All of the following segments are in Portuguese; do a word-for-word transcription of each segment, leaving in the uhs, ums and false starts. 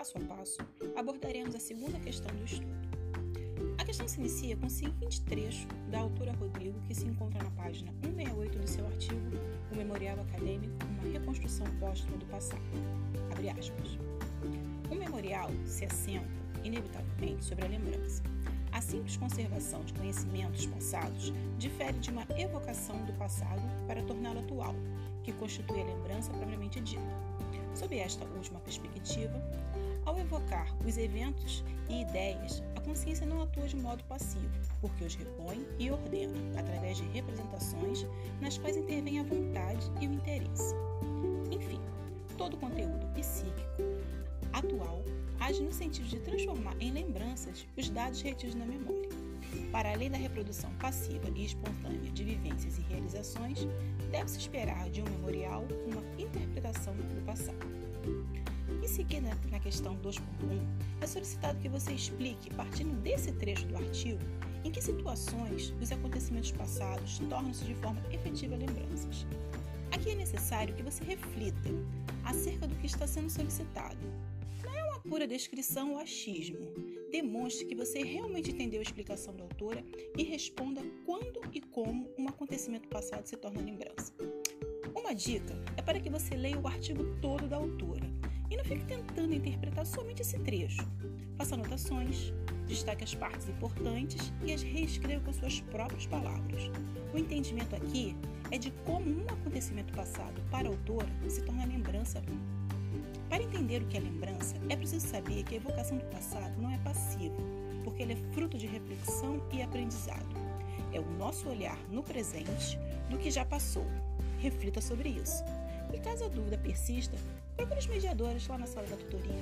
passo a passo, abordaremos a segunda questão do estudo. A questão se inicia com o seguinte trecho da autora Rodrigo, que se encontra na página cento e sessenta e oito do seu artigo O Memorial Acadêmico, uma reconstrução póstuma do passado. Abre aspas. Um memorial se assenta, inevitavelmente, sobre a lembrança. A simples conservação de conhecimentos passados difere de uma evocação do passado para torná-lo atual, que constitui a lembrança propriamente dita. Sob esta última perspectiva, ao evocar os eventos e ideias, a consciência não atua de modo passivo, porque os repõe e ordena, através de representações nas quais intervém a vontade e o interesse. Enfim, todo o conteúdo psíquico atual age no sentido de transformar em lembranças os dados retidos na memória. Para além da reprodução passiva e espontânea de vivências e realizações, deve-se esperar de um memorial uma interpretação do passado. Em seguida, na questão dois ponto um, é solicitado que você explique, partindo desse trecho do artigo, em que situações os acontecimentos passados tornam-se de forma efetiva lembranças. Aqui é necessário que você reflita acerca do que está sendo solicitado. Não é uma pura descrição ou achismo. Demonstre que você realmente entendeu a explicação da autora e responda quando e como um acontecimento passado se torna lembrança. Uma dica é para que você leia o artigo todo da autora e não fique tentando interpretar somente esse trecho. Faça anotações, destaque as partes importantes e as reescreva com suas próprias palavras. O entendimento aqui é de como um acontecimento passado para a autora se torna lembrança. Para entender o que é lembrança, é preciso saber que a evocação do passado não é passiva, porque ela é fruto de reflexão e aprendizado. É o nosso olhar no presente do que já passou. Reflita sobre isso. E caso a dúvida persista, procure os mediadores lá na sala da tutoria.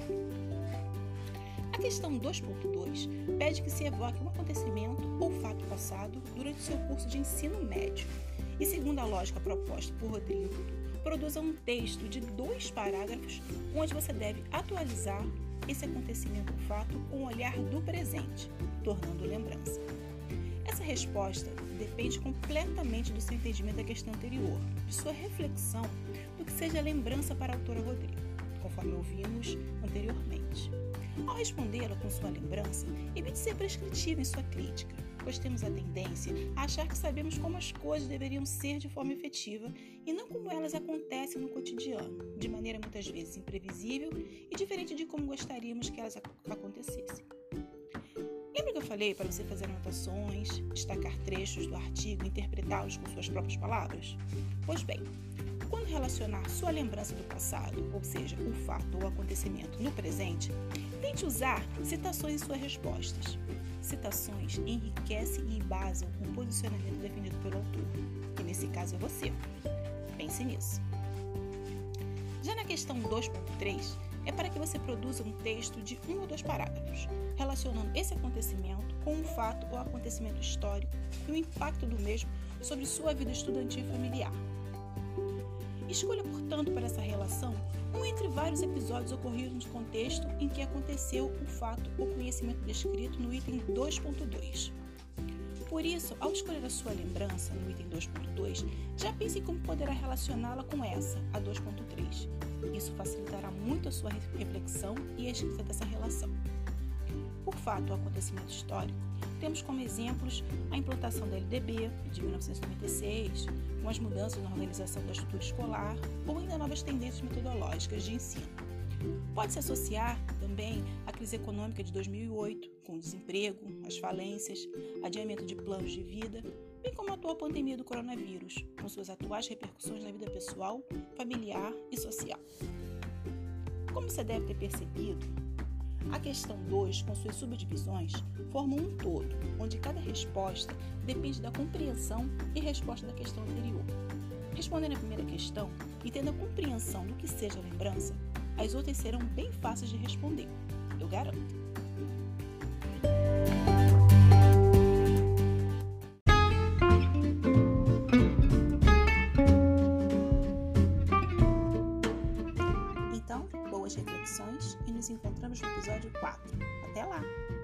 A questão dois ponto dois pede que se evoque um acontecimento ou fato passado durante o seu curso de ensino médio e, segundo a lógica proposta por Rodrigo, produza um texto de dois parágrafos onde você deve atualizar esse acontecimento ou fato com o olhar do presente, tornando lembrança. Essa resposta depende completamente do seu entendimento da questão anterior, de sua reflexão do que seja lembrança para a autora Rodrigo, conforme ouvimos anteriormente. Ao respondê-la com sua lembrança, evite ser prescritivo em sua crítica, pois temos a tendência a achar que sabemos como as coisas deveriam ser de forma efetiva e não como elas acontecem no cotidiano, de maneira muitas vezes imprevisível e diferente de como gostaríamos que elas acontecessem. Lembra que eu falei para você fazer anotações, destacar trechos do artigo e interpretá-los com suas próprias palavras? Pois bem, quando relacionar sua lembrança do passado, ou seja, o fato ou acontecimento no presente, tente usar citações em suas respostas. Citações enriquecem e embasam o posicionamento definido pelo autor, que nesse caso é você. Pense nisso. Já na questão dois ponto três, é para que você produza um texto de um ou dois parágrafos, relacionando esse acontecimento com um fato ou acontecimento histórico e o impacto do mesmo sobre sua vida estudantil e familiar. Escolha, portanto, para essa relação um entre vários episódios ocorridos no contexto em que aconteceu o fato ou conhecimento descrito no item dois ponto dois. Por isso, ao escolher a sua lembrança no item dois ponto dois, já pense em como poderá relacioná-la com essa, a dois ponto três. Isso facilitará muito a sua reflexão e a escrita dessa relação. Por fato ou acontecimento histórico, temos como exemplos a implantação da L D B de mil novecentos e noventa e seis, com as mudanças na organização da estrutura escolar ou ainda novas tendências metodológicas de ensino. Pode-se associar também à crise econômica de dois mil e oito, com o desemprego, as falências, adiamento de planos de vida, bem como a atual pandemia do coronavírus, com suas atuais repercussões na vida pessoal, familiar e social. Como você deve ter percebido, a questão dois, com suas subdivisões, forma um todo, onde cada resposta depende da compreensão e resposta da questão anterior. Respondendo a primeira questão e tendo a compreensão do que seja lembrança, as outras serão bem fáceis de responder, eu garanto. Então, boas reflexões e nos encontramos no episódio quatro. Até lá!